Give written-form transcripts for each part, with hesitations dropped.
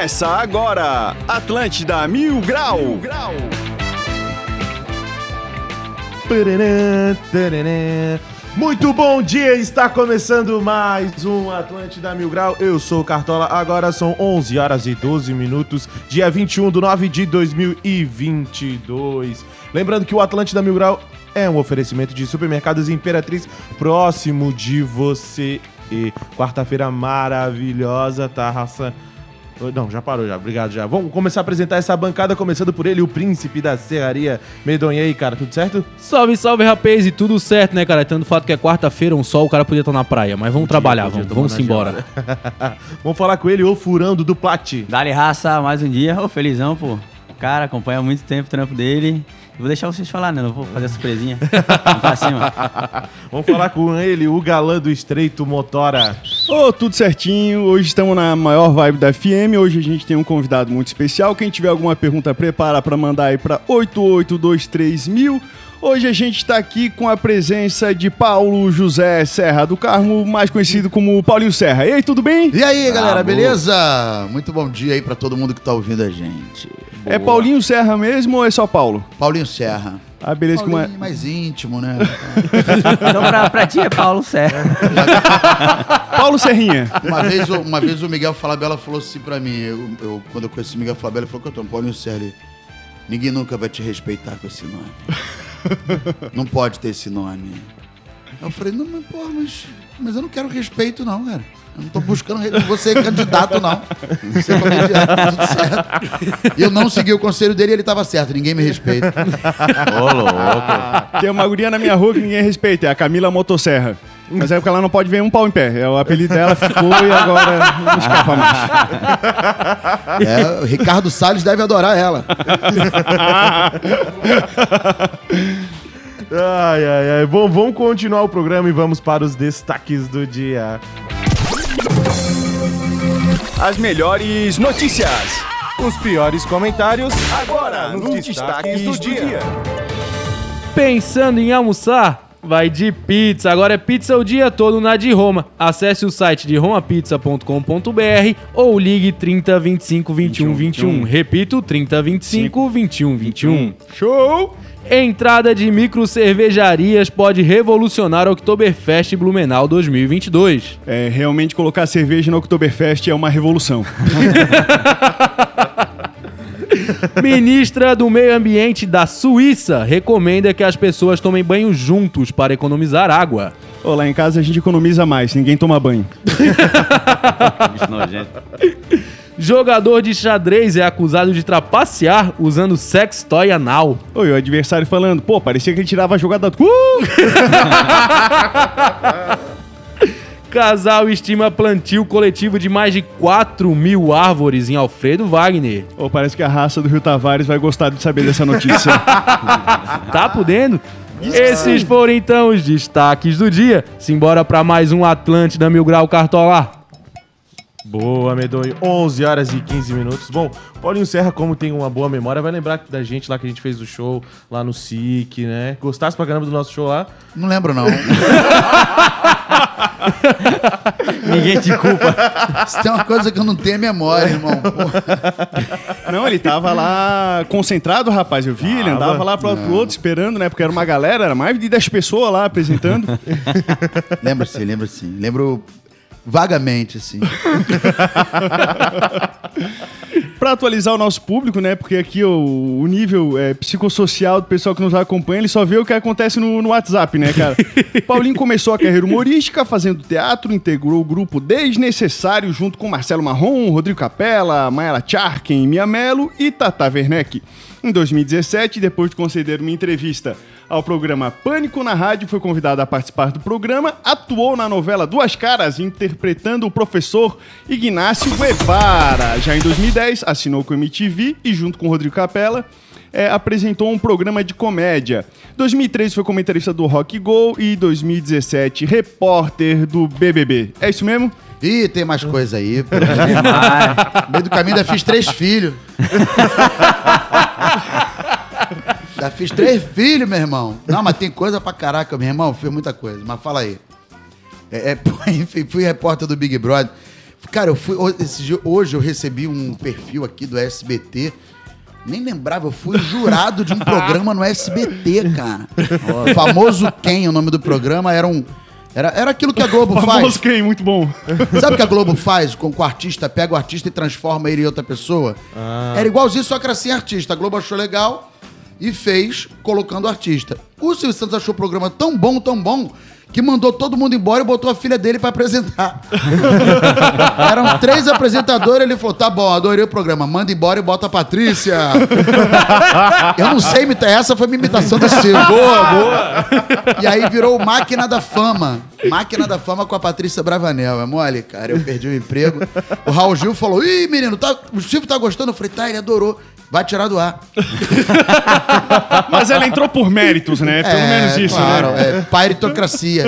Começa agora, Atlântida Mil Grau. Muito bom dia, está começando mais um Atlântida Mil Grau. Eu sou o Cartola, agora são 11 horas e 12 minutos, dia 21/9 de 2022. Lembrando que o Atlântida Mil Grau é um oferecimento de Supermercados Imperatriz próximo de você. E quarta-feira maravilhosa, tá, raça? Não, já parou já, obrigado já. Vamos começar a apresentar essa bancada, começando por ele, o príncipe da serraria, Medonha. E aí, cara, tudo certo? Salve, salve, rapaz, e tudo certo, né, cara? Tanto o fato que é quarta-feira, um sol, o cara podia estar na praia, mas vamos trabalhar, vamos embora. Vamos falar com ele, o furando do Plat. Dali raça, mais um dia, felizão, pô. Cara, acompanha há muito tempo o trampo dele. Vou deixar vocês falar, né? Não vou fazer a surpresinha. Vamos pra cima. Vamos falar com ele, o galã do Estreito Motora. Tudo certinho. Hoje estamos na maior vibe da FM. Hoje a gente tem um convidado muito especial. Quem tiver alguma pergunta, prepara para mandar aí para 8823.000. Hoje a gente está aqui com a presença de Paulo José Serra do Carmo, mais conhecido como Paulinho Serra. E aí, tudo bem? E aí, galera, beleza? Muito bom dia aí para todo mundo que tá ouvindo a gente. Boa. É Paulinho Serra mesmo ou é só Paulo? Paulinho Serra. Ah, beleza. Paulinho mais íntimo, né? Então pra ti é Paulo Serra. Paulo Serrinha. Uma vez o Miguel Falabella falou assim pra mim, quando eu conheci o Miguel Falabella, ele falou que eu tô Paulinho Serra. Ninguém nunca vai te respeitar com esse nome. Não pode ter esse nome. Eu falei, não, mas eu não quero respeito não, cara. Eu não tô buscando você candidato, não. Você é comediante, tudo certo. E eu não segui o conselho dele e ele tava certo. Ninguém me respeita. Ô, louco. Tem uma guria na minha rua que ninguém respeita. É a Camila Motosserra. Mas é porque ela não pode ver um pau em pé. O apelido dela ficou e agora não escapa mais. O Ricardo Salles deve adorar ela. Ai. Bom, vamos continuar o programa e vamos para os destaques do dia. As melhores notícias. Os piores comentários, agora nos destaques do dia. Pensando em almoçar? Vai de pizza. Agora é pizza o dia todo na de Roma. Acesse o site de romapizza.com.br ou ligue 30 25 21 21. Repito, 30 25 21 21. Show! Entrada de micro cervejarias pode revolucionar o Oktoberfest Blumenau 2022. Realmente colocar cerveja no Oktoberfest é uma revolução. Ministra do Meio Ambiente da Suíça recomenda que as pessoas tomem banho juntos para economizar água. Lá em casa a gente economiza mais, ninguém toma banho. Jogador de xadrez é acusado de trapacear usando sex toy anal. O adversário falando, parecia que ele tirava a jogada... Casal estima plantio coletivo de mais de 4.000 árvores em Alfredo Wagner. Parece que a raça do Rio Tavares vai gostar de saber dessa notícia. Tá podendo? Esses foram então os destaques do dia. Simbora pra mais um Atlântida Mil Grau Cartola. Boa, Medonho. 11 horas e 15 minutos. Bom, Paulinho Serra, como tem uma boa memória, vai lembrar da gente lá que a gente fez o show lá no SIC, né? Gostasse pra caramba do nosso show lá? Não lembro, não. Ninguém te culpa. Se tem uma coisa que eu não tenho é memória, irmão. Não, ele tava lá concentrado, rapaz. Eu vi, ele andava lá pro outro esperando, né? Porque era uma galera, era mais de 10 pessoas lá apresentando. Lembro sim. Lembro vagamente, assim. Para atualizar o nosso público, né? Porque aqui o nível psicossocial do pessoal que nos acompanha, ele só vê o que acontece no WhatsApp, né, cara? Paulinho começou a carreira humorística, fazendo teatro, integrou o grupo Desnecessário junto com Marcelo Marrom, Rodrigo Capella, Mayara Charken, Mia Mello e Tata Werneck. Em 2017, depois de conceder uma entrevista ao programa Pânico na Rádio, foi convidado a participar do programa, atuou na novela Duas Caras, interpretando o professor Ignácio Guevara. Já em 2010, assinou com a MTV e, junto com Rodrigo Capella, apresentou um programa de comédia. 2013 foi comentarista do Rock Go e 2017 repórter do BBB. É isso mesmo? Ih, tem mais coisa aí. No meio do caminho ainda fiz 3 filhos. Já fiz 3 filhos, meu irmão. Não, mas tem coisa pra caraca, meu irmão. Fiz muita coisa. Mas fala aí. Enfim, fui repórter do Big Brother. Cara, hoje eu recebi um perfil aqui do SBT. Nem lembrava, eu fui jurado de um programa no SBT, cara. O famoso Quem, o nome do programa, era aquilo que a Globo faz. Famoso quem? Muito bom. Sabe o que a Globo faz com o artista? Pega o artista e transforma ele em outra pessoa? Era igualzinho, só que era sem artista. A Globo achou legal e fez colocando o artista. O Silvio Santos achou o programa tão bom, que mandou todo mundo embora e botou a filha dele pra apresentar. Eram 3 apresentadores, ele falou, tá bom, adorei o programa, manda embora e bota a Patrícia. Eu não sei imitar, essa foi minha imitação do Silvio. Boa. E aí virou Máquina da Fama. Máquina da Fama com a Patrícia Bravanel. É mole, cara, eu perdi o emprego. O Raul Gil falou, ih, menino, o Silvio tá gostando? Eu falei, tá, ele adorou. Vai tirar do ar. Mas ela entrou por méritos, né? Pelo menos isso, claro, né? Pairitocracia.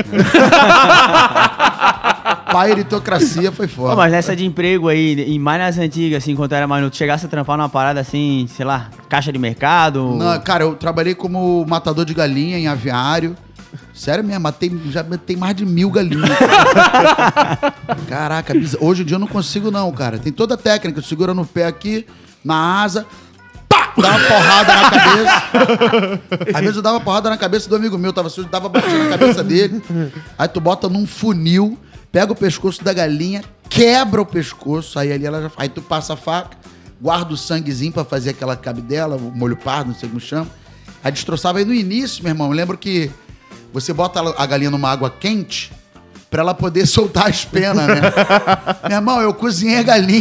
Pairitocracia foi foda. Pô, mas nessa de emprego aí, e mais nas antigas, assim, quando era mais novo, tu chegasse a trampar numa parada assim, sei lá, caixa de mercado? Não, cara, eu trabalhei como matador de galinha em aviário. Sério mesmo, já matei mais de 1000 galinhas. Caraca, hoje em dia eu não consigo não, cara. Tem toda a técnica, segura no pé aqui, na asa, pá, dá uma porrada na cabeça. Às vezes eu dava porrada na cabeça do amigo meu, tava sujo, dava batida na cabeça dele. Aí tu bota num funil, pega o pescoço da galinha, quebra o pescoço, aí tu passa a faca, guarda o sanguezinho pra fazer aquela cabidela, o molho pardo, não sei como chama. Aí destroçava aí no início, meu irmão. Eu lembro que você bota a galinha numa água quente pra ela poder soltar as penas, né? Meu irmão, eu cozinhei a galinha.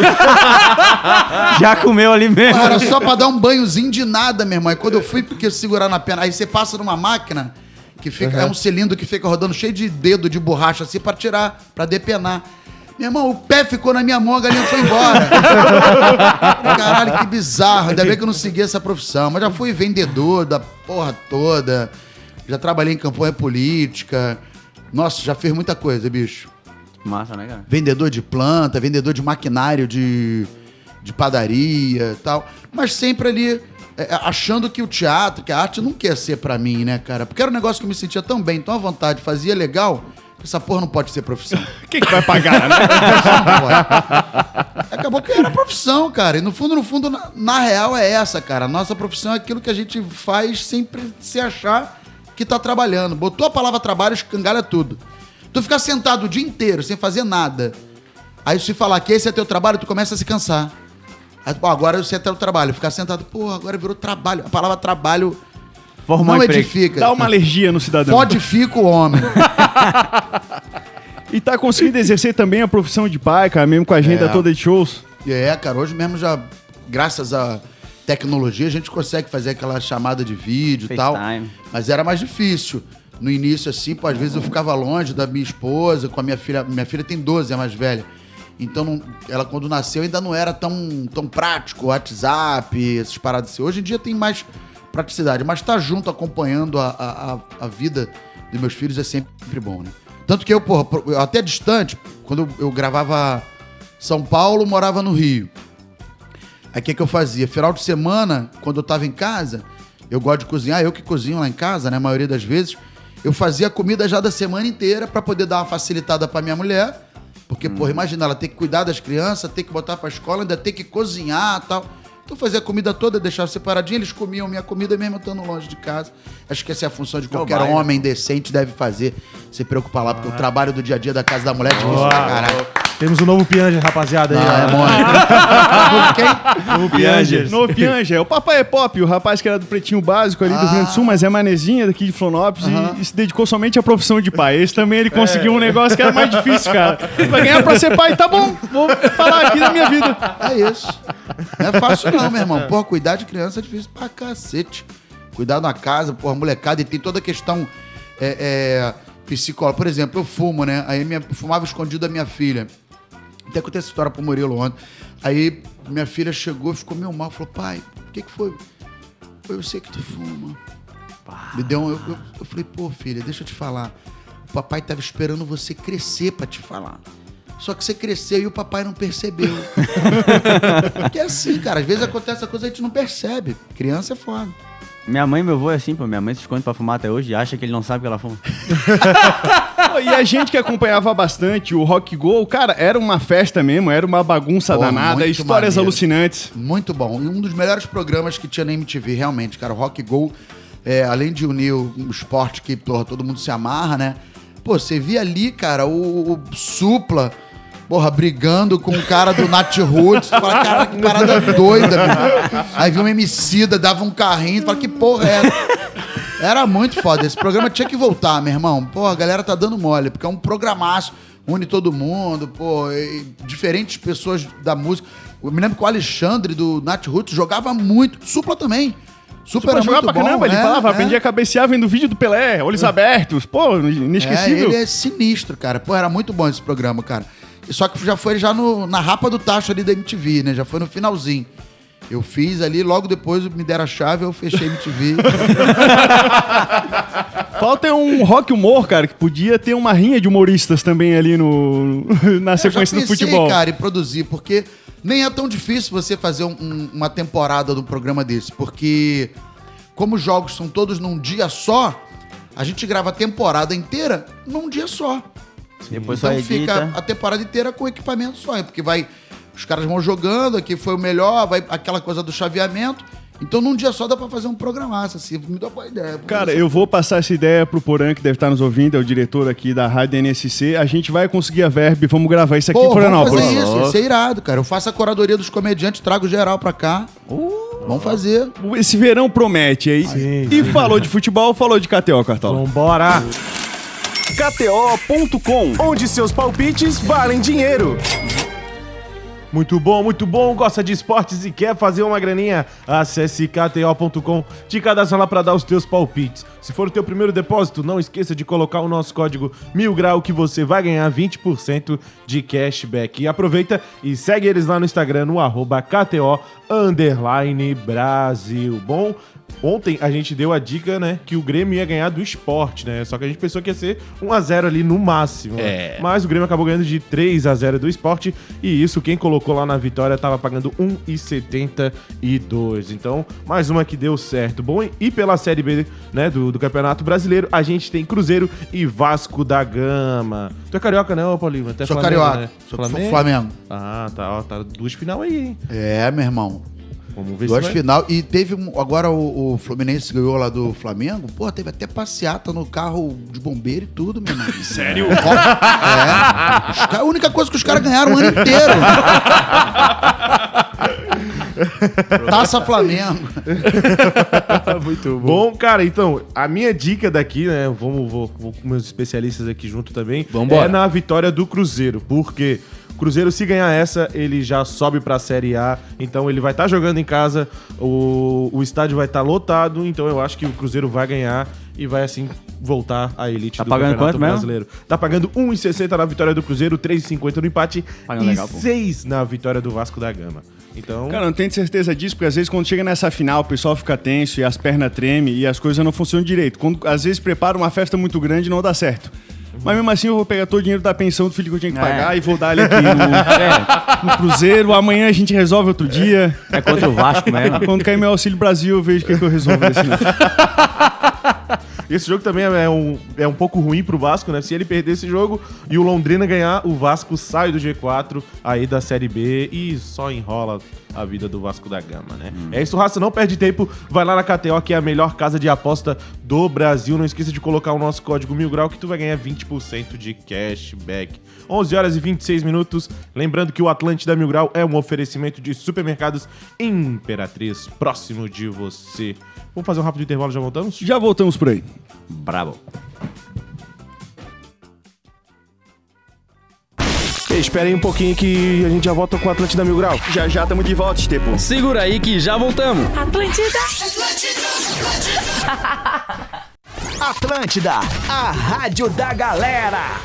Já comeu ali mesmo? Cara, só pra dar um banhozinho de nada, meu irmão. E quando eu fui porque segurar na pena, aí você passa numa máquina que fica, é um cilindro que fica rodando cheio de dedo de borracha assim pra tirar, pra depenar. Meu irmão, o pé ficou na minha mão, a galinha foi embora. Caralho, que bizarro. Ainda bem que eu não segui essa profissão. Mas já fui vendedor da porra toda. Já trabalhei em campanha política. Nossa, já fiz muita coisa, bicho. Massa, né, cara? Vendedor de planta, vendedor de maquinário de padaria e tal. Mas sempre ali achando que o teatro, que a arte não quer ser pra mim, né, cara? Porque era um negócio que eu me sentia tão bem, tão à vontade, fazia legal. Essa porra não pode ser profissão. Quem que vai pagar, né? Acabou que era profissão, cara. E no fundo, na real é essa, cara. A nossa profissão é aquilo que a gente faz sempre se achar que tá trabalhando. Botou a palavra trabalho, escangalha tudo. Tu ficar sentado o dia inteiro sem fazer nada. Aí se falar que esse é teu trabalho, tu começa a se cansar. Aí, pô, agora esse é teu trabalho. Ficar sentado, pô, agora virou trabalho. A palavra trabalho Formou não emprego. edifica. Dá uma alergia no cidadão. Fodifica o homem. E tá conseguindo exercer também a profissão de pai, cara, mesmo com a agenda toda de shows. Cara, hoje mesmo já, graças à tecnologia, a gente consegue fazer aquela chamada de vídeo e tal. FaceTime. Mas era mais difícil. No início, assim, pô, às vezes eu ficava longe da minha esposa, com a minha filha. Minha filha tem 12, é mais velha. Então, ela quando nasceu ainda não era tão prático, WhatsApp, essas paradas assim. Hoje em dia tem mais praticidade, mas estar junto, acompanhando a vida dos meus filhos é sempre bom, né? Tanto que eu, porra, até distante, quando eu gravava São Paulo, morava no Rio. Aí o que eu fazia? Final de semana, quando eu tava em casa, eu gosto de cozinhar, eu que cozinho lá em casa, né, a maioria das vezes, eu fazia comida já da semana inteira pra poder dar uma facilitada pra minha mulher, porque, porra, imagina, ela ter que cuidar das crianças, ter que botar pra escola, ainda ter que cozinhar e tal. Então fazia a comida toda, deixava separadinho, eles comiam minha comida mesmo estando longe de casa. Acho que essa é a função de qualquer homem decente deve fazer, se preocupar lá, porque o trabalho do dia a dia da casa da mulher é difícil pra caralho. Temos um novo Pianger, rapaziada. Aí, É mole. Quem? Novo Pianger. No Pianger. O papai é pop, o rapaz que era do Pretinho Básico ali do Rio Grande do Sul, mas é manezinha daqui de Florianópolis e se dedicou somente à profissão de pai. Esse também ele conseguiu um negócio que era mais difícil, cara. Vai ganhar pra ser pai, tá bom, vou falar aqui da minha vida. É isso. Não é fácil não, meu irmão. Porra, cuidar de criança é difícil pra cacete. Cuidar na casa, porra, molecada, e tem toda a questão psicóloga. Por exemplo, eu fumo, né? Aí eu fumava escondido da minha filha. Até contei essa história pro Murilo ontem. Aí minha filha chegou, ficou meio mal, falou, pai, o que foi? Eu sei que tu fuma. Me deu eu falei, pô, filha, deixa eu te falar. O papai tava esperando você crescer pra te falar. Só que você cresceu e o papai não percebeu. Porque é assim, cara, às vezes acontece essa coisa e a gente não percebe. Criança é foda. Minha mãe e meu avô é assim, pô. Minha mãe se esconde pra fumar até hoje e acha que ele não sabe que ela fuma. Pô, e a gente que acompanhava bastante o Rock Go, cara, era uma festa mesmo, era uma bagunça danada, muito histórias maneiro. alucinantes. Muito bom. E um dos melhores programas que tinha na MTV, realmente, cara. O Rock Go, além de unir o esporte que, porra, todo mundo se amarra, né? Pô, você via ali, cara, o Supla, porra, brigando com o cara do Nat Roots. Tu fala, cara, que parada doida, meu. Aí viu um Emicida, dava um carrinho, tu fala, que porra é essa? Era muito foda. Esse programa tinha que voltar, meu irmão. Pô, a galera tá dando mole, porque é um programaço. Une todo mundo, pô, diferentes pessoas da música. Eu me lembro que o Alexandre do Nat Roots jogava muito. Supla também. Supla era jogava muito pra caramba, bom. ele falava, aprendia a cabecear vendo o vídeo do Pelé, olhos abertos. Pô, inesquecível. Ele é sinistro, cara. Pô, era muito bom esse programa, cara. Só que já foi na rapa do tacho ali da MTV, né? Já foi no finalzinho. Eu fiz ali, logo depois me deram a chave, eu fechei a MTV. Falta um rock humor, cara, que podia ter uma rinha de humoristas também ali na sequência do futebol. Cara, em produzir, porque nem é tão difícil você fazer uma temporada do programa desse, porque como os jogos são todos num dia só, a gente grava a temporada inteira num dia só. Depois só Então edita. fica a temporada inteira com equipamento só, porque os caras vão jogando, aqui foi o melhor, vai aquela coisa do chaveamento. Então, num dia só dá pra fazer um programaço, assim. Me dá uma boa ideia. Cara, eu vou passar essa ideia pro Porã, que deve estar nos ouvindo, é o diretor aqui da Rádio NSC. A gente vai conseguir a verba e vamos gravar isso aqui em Vamos Florianópolis. fazer isso é irado, cara. Eu faço a curadoria dos comediantes, trago geral pra cá. Vamos fazer. Esse verão promete aí. Sim, Falou de futebol, falou de KTO, Cartola. Vambora! KTO.com, onde seus palpites valem dinheiro. Muito bom. Gosta de esportes e quer fazer uma graninha? Acesse kto.com, te cadastra lá para dar os teus palpites. Se for o teu primeiro depósito, não esqueça de colocar o nosso código 1000grau que você vai ganhar 20% de cashback. E aproveita e segue eles lá no Instagram, no @KTO_Brasil. Bom, ontem a gente deu a dica, né, que o Grêmio ia ganhar do Sport, né? Só que a gente pensou que ia ser 1x0 ali no máximo. Né? Mas o Grêmio acabou ganhando de 3x0 do Sport. E isso, quem colocou lá na vitória tava pagando 1,72. Então, mais uma que deu certo. Bom, e pela Série B, né, do Campeonato Brasileiro, a gente tem Cruzeiro e Vasco da Gama. Tu é carioca, né, ô Paulinho? Até Sou Flamengo, carioca. né? Sou Flamengo. Ah, tá. Ó, tá duas final aí, hein? É, meu irmão. Vamos ver Duas se vai... final. E teve agora o Fluminense ganhou lá do Flamengo. Pô, teve até passeata no carro de bombeiro e tudo, meu irmão. Sério? A única coisa que os caras ganharam o ano inteiro. Taça Flamengo. Muito bom, cara. Então, a minha dica daqui, né? Vou com meus especialistas aqui junto também. Vambora. É na vitória do Cruzeiro. Porque o Cruzeiro, se ganhar essa, ele já sobe pra Série A. Então, ele vai estar jogando em casa. O estádio vai estar lotado. Então, eu acho que o Cruzeiro vai ganhar e vai, assim, voltar à elite Tá do pagando Campeonato quanto mesmo? Brasileiro. Tá pagando 1,60 na vitória do Cruzeiro, 3,50 no empate Pagando e legal, pô. 6 na vitória do Vasco da Gama. Então... Cara, não tenho certeza disso, porque às vezes quando chega nessa final, o pessoal fica tenso e as pernas tremem e as coisas não funcionam direito. Quando às vezes prepara uma festa muito grande, não dá certo. Mas mesmo assim eu vou pegar todo o dinheiro da pensão do filho que eu tinha que pagar e vou dar ele aqui no Cruzeiro. Amanhã a gente resolve outro dia. É contra o Vasco mesmo. Quando cair meu Auxílio Brasil, eu vejo o que eu resolvo desse mês. Esse jogo também é um pouco ruim pro Vasco, né? Se ele perder esse jogo e o Londrina ganhar, o Vasco sai do G4 aí da Série B e só enrola a vida do Vasco da Gama, né? É isso, raça, não perde tempo. Vai lá na KTO, que é a melhor casa de aposta do Brasil. Não esqueça de colocar o nosso código 1000grau que tu vai ganhar 20% de cashback. 11 horas e 26 minutos. Lembrando que o Atlântida 1000 Grau é um oferecimento de supermercados Imperatriz, próximo de você. Vamos fazer um rápido intervalo, já voltamos? Já voltamos por aí. Bravo. Espera aí um pouquinho que a gente já volta com o Atlântida 1000 Grau. Já estamos de volta, Estepo. Segura aí que já voltamos. Atlântida, a rádio da galera.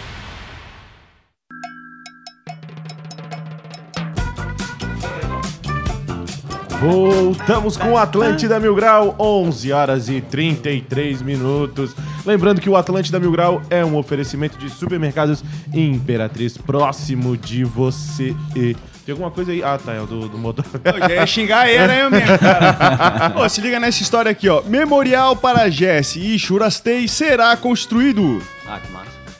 Voltamos com o Atlântida 1000 Grau, 11 horas e 33 minutos. Lembrando que o Atlântida 1000 Grau é um oferecimento de supermercados Imperatriz, próximo de você. Tem alguma coisa aí? Ah, tá, é o do motor. Eu ia xingar ele, né, mesmo, cara? Pô, se liga nessa história aqui, ó. Memorial para Jesse e Churastei será construído. Ah, que massa.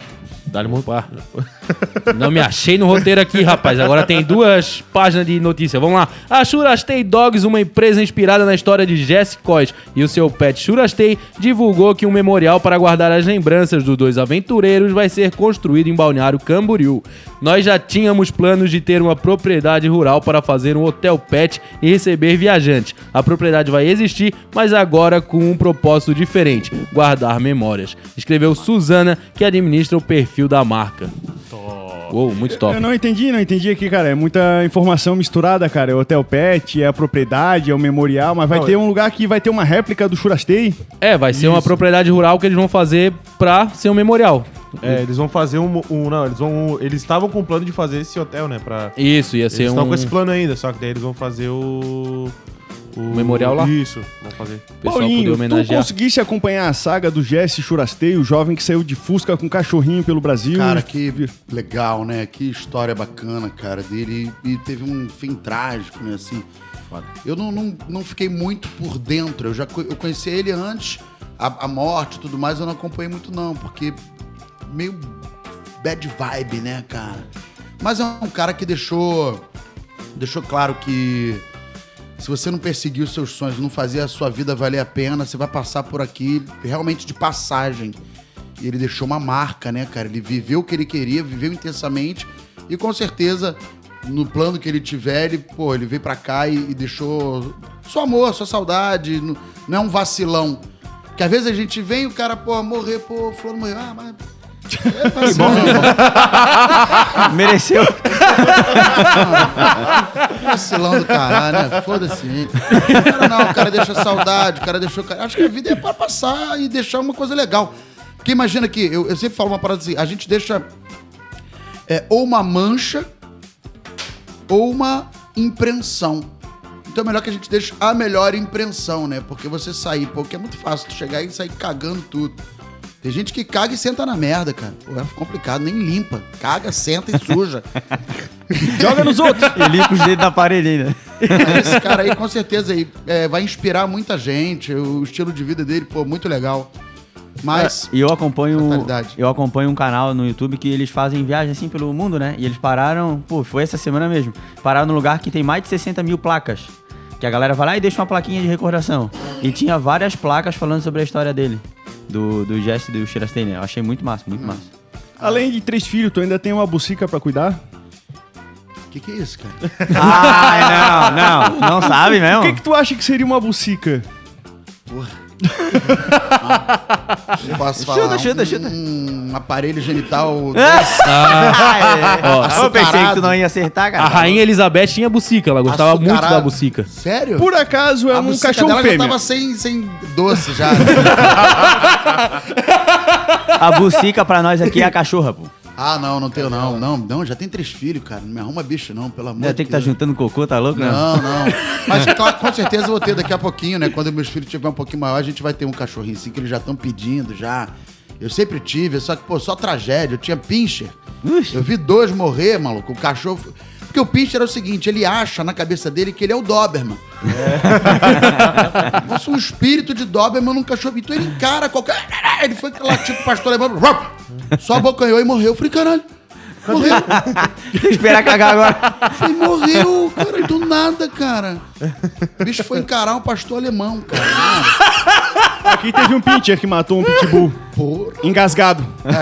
Dá-lhe um Opa. Não me achei no roteiro aqui, rapaz. Agora tem 2 páginas de notícia. Vamos lá. A Churastei Dogs, uma empresa inspirada na história de Jesse Coys e o seu pet Churastei, divulgou que um memorial para guardar as lembranças dos 2 aventureiros vai ser construído em Balneário Camboriú. Nós já tínhamos planos de ter uma propriedade rural para fazer um hotel pet e receber viajantes. A propriedade vai existir, mas agora com um propósito diferente: guardar memórias. Escreveu Suzana, que administra o perfil da marca. Uou, muito top. Eu não entendi aqui, cara. É muita informação misturada, cara. É o Hotel Pet, é a propriedade, é o memorial, mas vai ter um lugar que vai ter uma réplica do Churastei. Vai ser uma propriedade rural que eles vão fazer pra ser um memorial. eles vão fazer eles estavam com o plano de fazer esse hotel, né? Isso, ia ser eles estão com esse plano ainda, só que daí eles vão fazer o memorial lá? Isso, vão fazer. Paulinho, tu conseguisse acompanhar a saga do Jesse Churastei, o jovem que saiu de Fusca com cachorrinho pelo Brasil? Cara, que legal, né? Que história bacana, cara, dele. E teve um fim trágico, né? Assim, eu não fiquei muito por dentro. Eu conheci ele antes, a morte e tudo mais, eu não acompanhei muito não, porque meio bad vibe, né, cara? Mas é um cara que deixou claro que se você não perseguir os seus sonhos, não fazer a sua vida valer a pena, você vai passar por aqui realmente de passagem. E ele deixou uma marca, né, cara? Ele viveu o que ele queria, viveu intensamente e com certeza, no plano que ele tiver, ele veio pra cá e deixou seu amor, sua saudade. Não é um vacilão. Que às vezes a gente vem e o cara, morrer, fulano morreu. Ah, mas... É vacilão. Mereceu. Vacilão do caralho, né? Foda-se. O cara deixa saudade, o cara deixou... Acho que a vida é pra passar e deixar uma coisa legal. Porque imagina que, eu sempre falo uma parada assim, a gente deixa ou uma mancha ou uma impressão. Então é melhor que a gente deixe a melhor impressão, né? Porque você sair, porque é muito fácil tu chegar e sair cagando tudo. Tem gente que caga e senta na merda, cara. É complicado, nem limpa. Caga, senta e suja. Joga nos outros. E limpa os dedos da parede ainda. Esse cara aí, com certeza, vai inspirar muita gente. O estilo de vida dele, muito legal. Mas... E eu acompanho um canal no YouTube que eles fazem viagem assim pelo mundo, né? E eles pararam, foi essa semana mesmo. Pararam num lugar que tem mais de 60 mil placas. Que a galera vai lá e deixa uma plaquinha de recordação. E tinha várias placas falando sobre a história dele. Do Jesse e do Churastei, né? Eu achei muito massa, muito massa. Além de 3 filhos, tu ainda tem uma bucica pra cuidar? O que é isso, cara? Não sabe mesmo? O que tu acha que seria uma bucica? Porra. Posso falar? Chuta. Um aparelho genital. Eu pensei que tu não ia acertar, cara. A Rainha Elizabeth tinha bucica, ela gostava muito da bucica. Sério? Por acaso é um cachorro dela fêmea. já tava sem doce já. A bucica pra nós aqui é a cachorra, pô. Ah, não tenho não. Não, já tem 3 filhos, cara. Não me arruma bicho não, pelo amor de Deus. Tem que estar juntando cocô, tá louco, né? Não. Mas claro, com certeza eu vou ter daqui a pouquinho, né? Quando meus filhos tiverem um pouquinho maior, a gente vai ter um cachorrinho assim, que eles já estão pedindo, já. Eu sempre tive, só que, só tragédia. Eu tinha pincher. Eu vi 2 morrer, maluco. O cachorro... Porque o pincher era o seguinte, ele acha na cabeça dele que ele é o Doberman. Nossa, um espírito de Doberman num cachorro. Então ele encara qualquer... Ele foi lá, tipo, pastor levando... Só abocanhou e morreu. Eu falei, caralho, morreu. Esperar cagar agora. Falei, morreu, cara, do nada, cara. O bicho foi encarar um pastor alemão, cara. Aqui teve um pincher que matou um pitbull. Porra. Engasgado.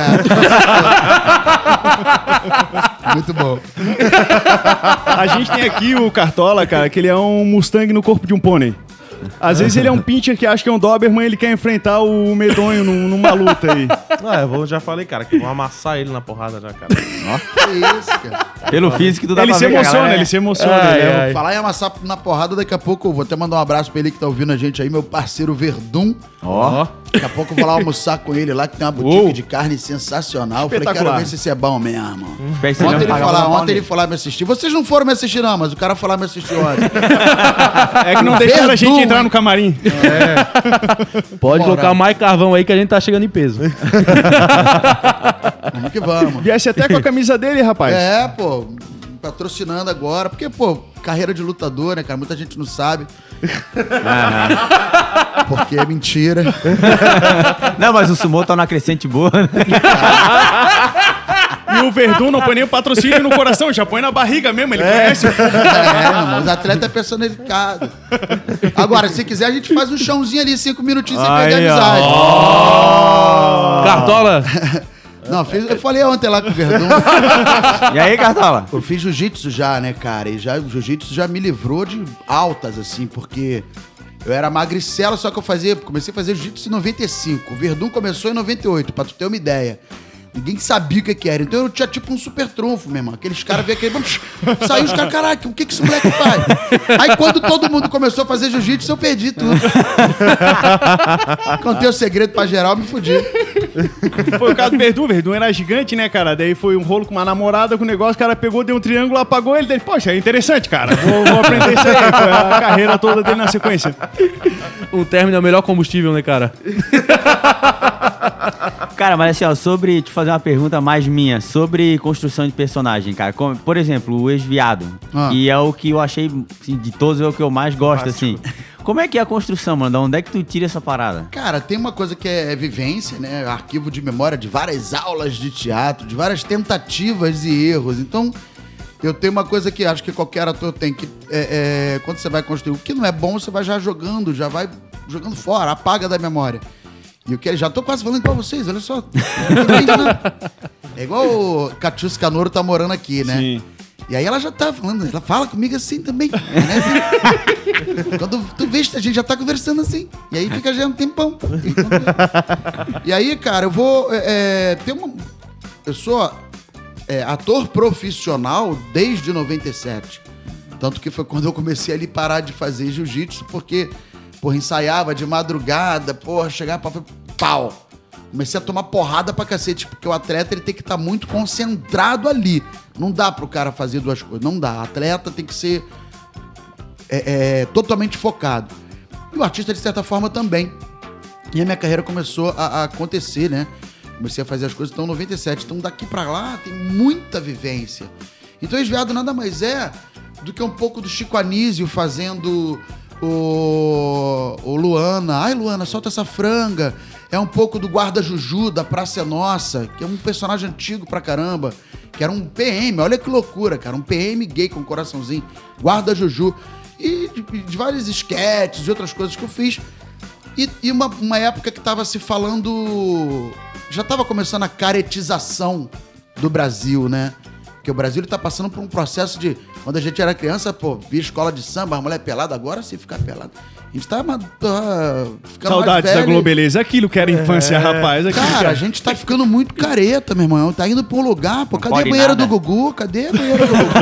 Muito bom. A gente tem aqui o Cartola, cara, que ele é um Mustang no corpo de um pônei. Às vezes ele é um pincher que acha que é um Doberman e ele quer enfrentar o medonho numa luta aí. Eu já falei, cara, que vão amassar ele na porrada já, cara. Que isso, cara. Pelo físico, tu dá Ele pra se ver emociona, ele se emociona. Falar em amassar na porrada, daqui a pouco eu vou até mandar um abraço pra ele que tá ouvindo a gente aí, meu parceiro Verdun. Daqui a pouco eu vou lá almoçar com ele lá, que tem uma boutique de carne sensacional. Eu falei, quero ver se isso é bom mesmo. Ontem ele foi lá me assistir. Vocês não foram me assistir não, mas o cara foi lá me assistir ontem. É que não deixaram a gente entrar no camarim. Pode colocar mais carvão aí que a gente tá chegando em peso. Vamos que vamos. Viesse até com a camisa dele, rapaz. Patrocinando agora. Porque, carreira de lutador, né, cara? Muita gente não sabe. Porque é mentira. Não, mas o sumô tá numa crescente boa, né? E o Verdun não põe nem o patrocínio no coração, já põe na barriga mesmo, ele conhece. Os atletas é personificado. Agora, se quiser, a gente faz um chãozinho ali, 5 minutinhos sem perder a amizade. Cartola. Não, eu falei ontem lá com o Verdun. E aí, Cartola? Eu fiz jiu-jitsu já, né, cara? E o jiu-jitsu já me livrou de altas, assim, porque eu era magricela, só que comecei a fazer jiu-jitsu em 95. O Verdun começou em 98, pra tu ter uma ideia. Ninguém sabia o que era. Então eu tinha tipo um super trunfo, meu irmão. Aqueles caras viam aquele... Saiu os caras, caraca, o que esse moleque faz? Aí quando todo mundo começou a fazer jiu-jitsu, eu perdi tudo. Contei o segredo pra geral, me fudi. Foi o caso do Verdun. O Verdun era gigante, né, cara? Daí foi um rolo com uma namorada com o negócio, o cara pegou, deu um triângulo, apagou ele. Daí, poxa, é interessante, cara. Vou aprender isso aí. Foi a carreira toda dele na sequência. Um término é o melhor combustível, né, cara? Cara, mas assim, ó, sobre te fazer uma pergunta mais minha, sobre construção de personagem, cara. Como, por exemplo, o Ex-Viado, que é o que eu achei, assim, de todos, é o que eu mais gosto, assim. Como é que é a construção, mano? Da onde é que tu tira essa parada? Cara, tem uma coisa que é vivência, né? Arquivo de memória de várias aulas de teatro, de várias tentativas e erros. Então, eu tenho uma coisa que acho que qualquer ator tem, que quando você vai construir o que não é bom, você vai já vai jogando fora, apaga da memória. E o que já tô quase falando igual vocês, olha só. É igual o Catius Canoro tá morando aqui, né? Sim. E aí ela já tá falando, ela fala comigo assim também. Né? Assim, quando tu vê, a gente já tá conversando assim. E aí fica já um tempão. E aí, cara, eu vou eu sou ator profissional desde 97. Tanto que foi quando eu comecei a parar de fazer jiu-jitsu, porque... Porra, ensaiava de madrugada, porra, chegava pra... Pau! Comecei a tomar porrada pra cacete, porque o atleta ele tem que estar muito concentrado ali. Não dá pro cara fazer duas coisas, não dá. O atleta tem que ser totalmente focado. E o artista, de certa forma, também. E a minha carreira começou a acontecer, né? Comecei a fazer as coisas, então, em 97. Então, daqui pra lá, tem muita vivência. Então, Ex-Viado nada mais é do que um pouco do Chico Anísio fazendo... O Luana, ai Luana, solta essa franga. É um pouco do Guarda Juju, da Praça é Nossa, que é um personagem antigo pra caramba, que era um PM, olha que loucura, cara, um PM gay com um coraçãozinho, Guarda Juju, e de vários esquetes, de outras coisas que eu fiz, e uma época que tava se falando, já tava começando a caretização do Brasil, né? Porque o Brasil ele tá passando por um processo de... Quando a gente era criança, pô, via escola de samba, a mulher pelada, agora sim ficar pelada. A gente tá ficando saudades da Globeleza, aquilo que era infância, rapaz. Cara, a gente tá ficando muito careta, meu irmão. Tá indo pra um lugar, pô, cadê a banheira do Gugu? Cadê a banheira do Gugu?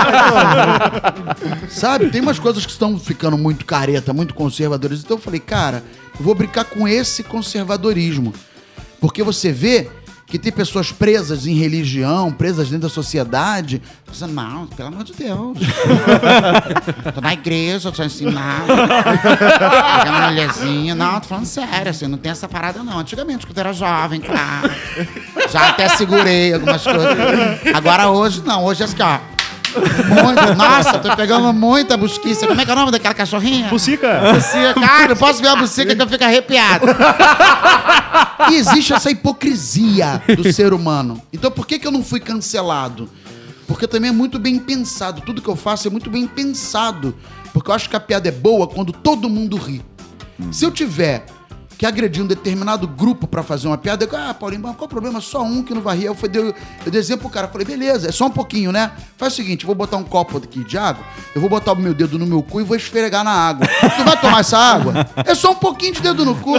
Sabe, tem umas coisas que estão ficando muito careta, muito conservadoras. Então eu falei, cara, eu vou brincar com esse conservadorismo. Porque você vê... que tem pessoas presas em religião, presas dentro da sociedade, pensando, não, pelo amor de Deus. Tô na igreja, tô ensinando. Aquela mulherzinha. Não, tô falando sério, assim, não tem essa parada, não. Antigamente, quando eu era jovem, claro. Já até segurei algumas coisas. Agora, hoje, não. Hoje é assim, ó. Nossa, tô pegando muita busquiça. Como é que é o nome daquela cachorrinha? Bucica. Bucica. Cara, não posso ver a bucica que eu fico arrepiado. E existe essa hipocrisia do ser humano. Então por que eu não fui cancelado? Porque também é muito bem pensado. Tudo que eu faço é muito bem pensado. Porque eu acho que a piada é boa quando todo mundo ri. Se eu tiver que agredir um determinado grupo pra fazer uma piada, eu digo, Paulinho, qual o problema? Só um que não vai rir. Eu dei exemplo pro cara, falei, beleza, é só um pouquinho, né? Faz o seguinte, eu vou botar um copo aqui de água, eu vou botar o meu dedo no meu cu e vou esfregar na água. Tu vai tomar essa água? É só um pouquinho de dedo no cu.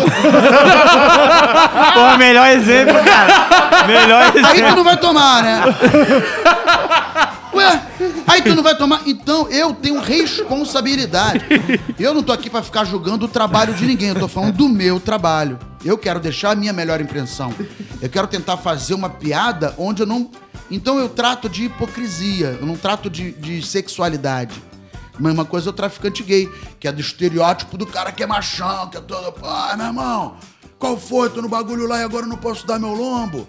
Pô, melhor exemplo, cara. Melhor exemplo. Aí tu não vai tomar, né? Ué, aí tu não vai tomar. Então eu tenho responsabilidade. Eu não tô aqui pra ficar julgando o trabalho de ninguém. Eu tô falando do meu trabalho. Eu quero deixar a minha melhor impressão. Eu quero tentar fazer uma piada onde eu não... Então eu trato de hipocrisia. Eu não trato de sexualidade. Mesma coisa é o traficante gay, que é do estereótipo do cara que é machão, que é todo... Ai, meu irmão... Qual foi? Tô no bagulho lá e agora eu não posso dar meu lombo.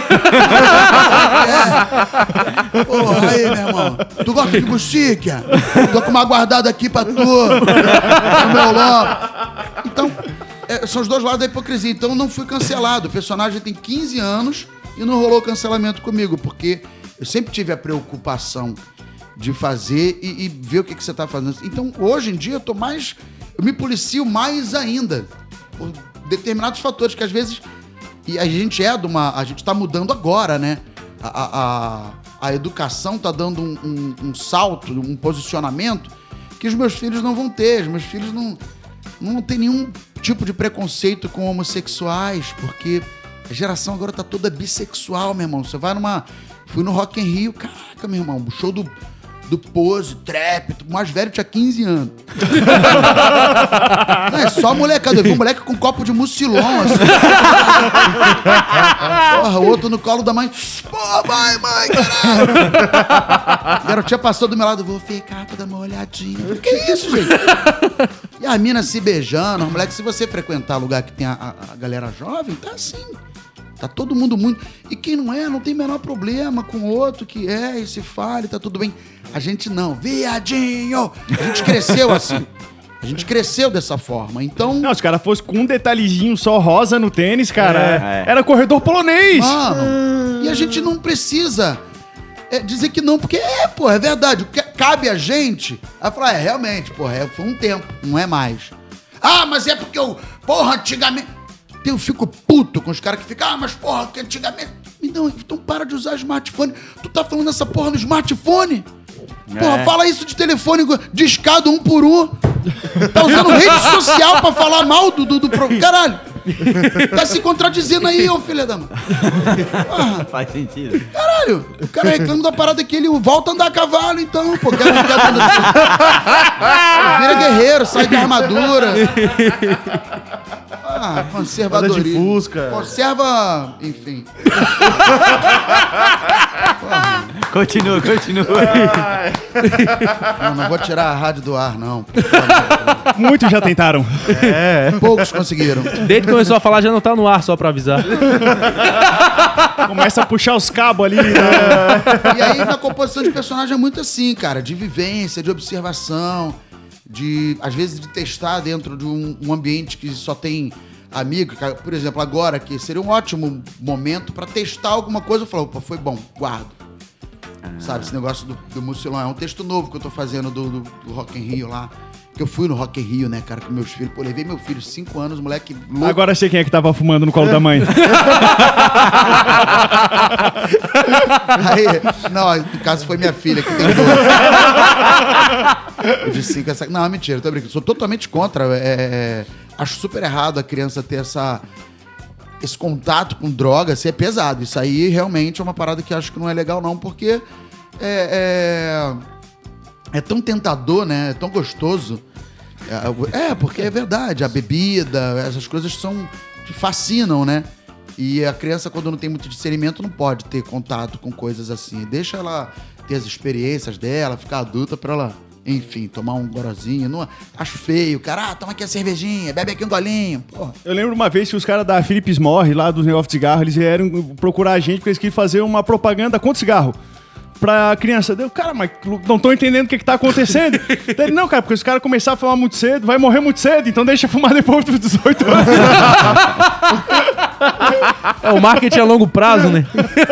Porra, aí, meu irmão. Tu gosta de buchica? Tô com uma guardada aqui pra tu. No meu lombo. Então, são os dois lados da hipocrisia. Então, eu não fui cancelado. O personagem tem 15 anos E não rolou cancelamento comigo, porque eu sempre tive a preocupação de fazer e ver o que você tá fazendo. Então, hoje em dia, eu me policio mais ainda, por determinados fatores que às vezes... E a gente a gente tá mudando agora, né? A educação tá dando um salto, um posicionamento que os meus filhos não vão ter. Os meus filhos não tem nenhum tipo de preconceito com homossexuais, porque a geração agora tá toda bissexual, meu irmão. Você vai fui no Rock in Rio, caraca, meu irmão, o show do Pose, Trap, o mais velho tinha 15 anos. Não, é só molecada. Eu vi um moleque com um copo de mucilon, assim. Porra, o outro no colo da mãe. Porra, mãe, caralho. A garotinha passou do meu lado, vou ficar pra dar uma olhadinha. Eu falei, que isso, gente? E a mina se beijando, moleque, se você frequentar lugar que tem a galera jovem, tá assim. Tá todo mundo muito... E quem não tem o menor problema com o outro que e se fale, tá tudo bem. A gente não. Viadinho! A gente cresceu assim. A gente cresceu dessa forma, então... Não, se o cara fosse com um detalhezinho só rosa no tênis, cara, era corredor polonês. Mano, e a gente não precisa dizer que não, porque é verdade. Cabe a gente a falar, realmente, foi um tempo, não é mais. Ah, mas é porque antigamente... Eu fico puto com os caras que ficam, mas que antigamente... Não, então para de usar smartphone. Tu tá falando essa porra no smartphone? Fala isso de telefone discado um por um. Tá usando rede social pra falar mal do caralho. Tá se contradizendo aí, ô filha da mãe. Faz sentido. Caralho, o cara reclama da parada que ele volta a andar a cavalo, então, pô. Vira guerreiro, sai de armadura. Conservadorismo. De Fusca. Conserva, enfim. Continua. Não vou tirar a rádio do ar, não. Muitos já tentaram. Poucos conseguiram. Desde que começou a falar, já não tá no ar, só pra avisar. Começa a puxar os cabos ali. E aí, na composição de personagem é muito assim, cara. De vivência, de observação, às vezes, de testar dentro de um ambiente que só tem amigo. Por exemplo, agora, que seria um ótimo momento pra testar alguma coisa. Eu falo, opa, foi bom, guardo. Sabe, esse negócio do Mucilon é um texto novo que eu tô fazendo do Rock in Rio lá. Que eu fui no Rock in Rio, né, cara, com meus filhos. Pô, levei meu filho, 5 anos, moleque louco. Agora sei quem é que tava fumando no colo da mãe. Aí, não, no caso foi minha filha, que tem 2. Eu de 5, Não, mentira, tô brincando. Sou totalmente contra. Acho super errado a criança ter esse contato com droga, assim, é pesado. Isso aí realmente é uma parada que acho que não é legal, não, porque é tão tentador, né? É tão gostoso. Porque é verdade. A bebida, essas coisas te fascinam, né? E a criança, quando não tem muito discernimento, não pode ter contato com coisas assim. Deixa ela ter as experiências dela, ficar adulta pra ela, enfim, tomar um gorozinho. Não, acho feio. Cara, toma aqui a cervejinha, bebe aqui um golinho. Porra. Eu lembro uma vez que os caras da Philips Morre, lá dos negócios de cigarro, eles vieram procurar a gente porque eles queriam fazer uma propaganda contra cigarro. Pra criança. Deu, cara, mas não tô entendendo o que tá acontecendo. Ele, não, cara, porque os caras começaram a fumar muito cedo, vai morrer muito cedo, então deixa fumar depois dos 18 anos. O marketing a longo prazo, né?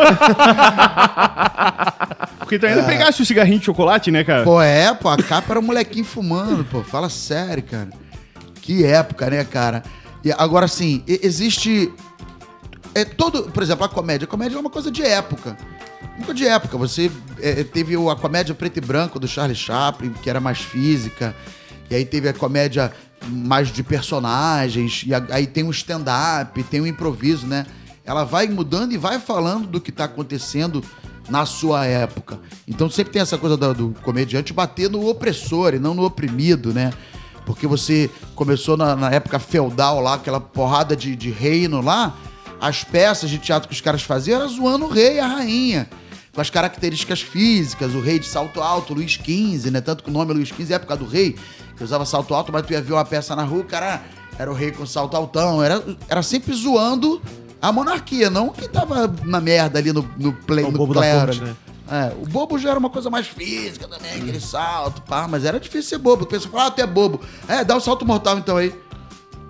Porque tu ainda pegasse o cigarrinho de chocolate, né, cara? Pô, a capa era um molequinho fumando, pô. Fala sério, cara. Que época, né, cara? E agora, assim, existe... por exemplo, a comédia. A comédia é uma coisa de época. Nunca de época. Você teve a comédia preto e branco do Charlie Chaplin, que era mais física. E aí teve a comédia mais de personagens. E aí tem o stand-up, tem o improviso, né? Ela vai mudando e vai falando do que tá acontecendo na sua época. Então sempre tem essa coisa do comediante bater no opressor e não no oprimido, né? Porque você começou na época feudal lá, aquela porrada de reino lá. As peças de teatro que os caras faziam era zoando o rei e a rainha, com as características físicas, o rei de salto alto, Luís XV, né? Tanto que o nome é Luís XV é época do rei, que usava salto alto, mas tu ia ver uma peça na rua, o cara era o rei com salto altão, era sempre zoando a monarquia, não quem tava na merda ali no bobo clero. da corte, né? O bobo já era uma coisa mais física também, aquele salto, pá, mas era difícil ser bobo. O pessoal fala, tu é bobo. Dá o salto mortal então aí.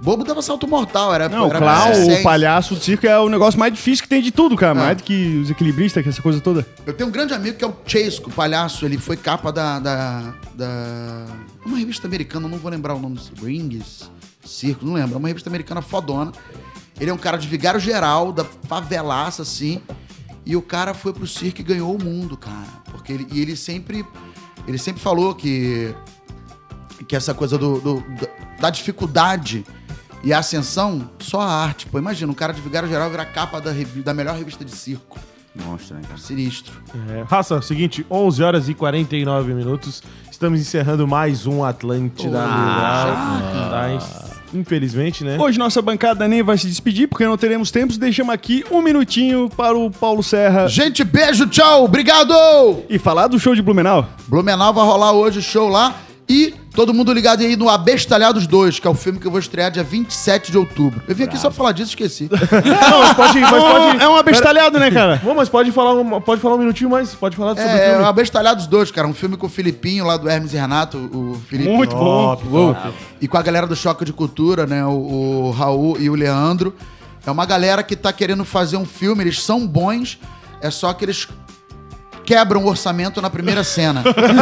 Bobo dava salto mortal, era Não, o era clown, persistente. o palhaço, o circo é o negócio mais difícil que tem de tudo, cara. Mais do que os equilibristas, que essa coisa toda. Eu tenho um grande amigo que é o Chesco, o palhaço. Ele foi capa da uma revista americana, não vou lembrar o nome. Rings, Circo, não lembro. É uma revista americana fodona. Ele é um cara de Vigário Geral, da favelaça, assim. E o cara foi pro circo e ganhou o mundo, cara. Porque ele sempre falou que essa coisa da dificuldade e a ascensão, só a arte. Pô, imagina, um cara de Vigário Geral virar capa da melhor revista de circo. Monstro, né, cara? Sinistro. Raça, seguinte, 11 horas e 49 minutos. Estamos encerrando mais um Atlântida Mil Grau. Infelizmente, né? Hoje nossa bancada nem vai se despedir, porque não teremos tempo. Deixamos aqui um minutinho para o Paulo Serra Gente, beijo, tchau, obrigado! e falar do show de Blumenau. Blumenau vai rolar hoje o show lá. E todo mundo ligado aí no Abestalhados 2, que é o filme que eu vou estrear dia 27 de outubro. Eu vim aqui só pra falar disso, esqueci. Não, mas pode. É um abestalhado, né, cara? Bom, mas pode falar um minutinho mais. Pode falar sobre o É o filme. Abestalhados 2, cara. Um filme com o Filipinho lá do Hermes e Renato, o Felipe. Muito bom. E com a galera do Choque de Cultura, né? O Raul e o Leandro. É uma galera que tá querendo fazer um filme, eles são bons, é só que eles quebram o orçamento na primeira cena.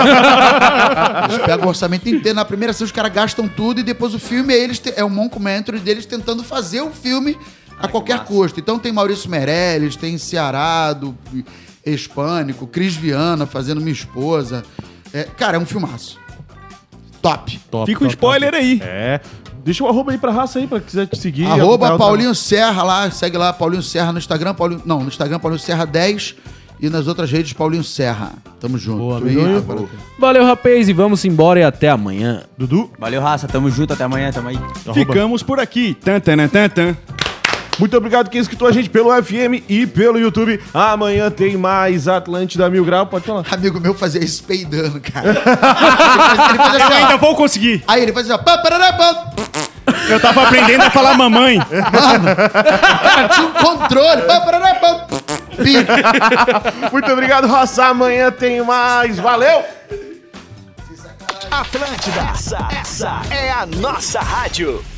Eles pegam o orçamento inteiro, na primeira cena os caras gastam tudo e depois o filme é um moncomentary deles tentando fazer o filme a qualquer custo. Então tem Maurício Meirelles, tem Cearado, Hispânico, Cris Viana fazendo Minha Esposa. Cara, é um filmaço. Top. Fica um spoiler aí. Deixa o arroba aí pra raça aí, pra quiser te seguir. Arroba acompanhar o Paulinho Serra lá, segue lá, Paulinho Serra no Instagram, no Instagram Paulinho Serra 10 e nas outras redes Paulinho Serra. Tamo junto. Boa, amigão. Valeu, rapaz, e vamos embora e até amanhã. Dudu. Valeu, raça. Tamo junto. Até amanhã. Tamo aí. Ficamos por aqui. Tan, tan, tan, tan. Muito obrigado quem escutou a gente pelo FM e pelo YouTube. Amanhã tem mais Atlântida Mil Grau. Pode falar. Amigo meu fazia isso peidando, cara. ele fazia assim, ó. Ainda vou conseguir. Aí ele fazia, ó. Pá, parará, pá. Eu tava aprendendo a falar mamãe. Cara, tinha um controle. Pá, parará, pá. Muito obrigado, raça. Amanhã tem mais. Valeu! Atlântida, essa é a nossa rádio.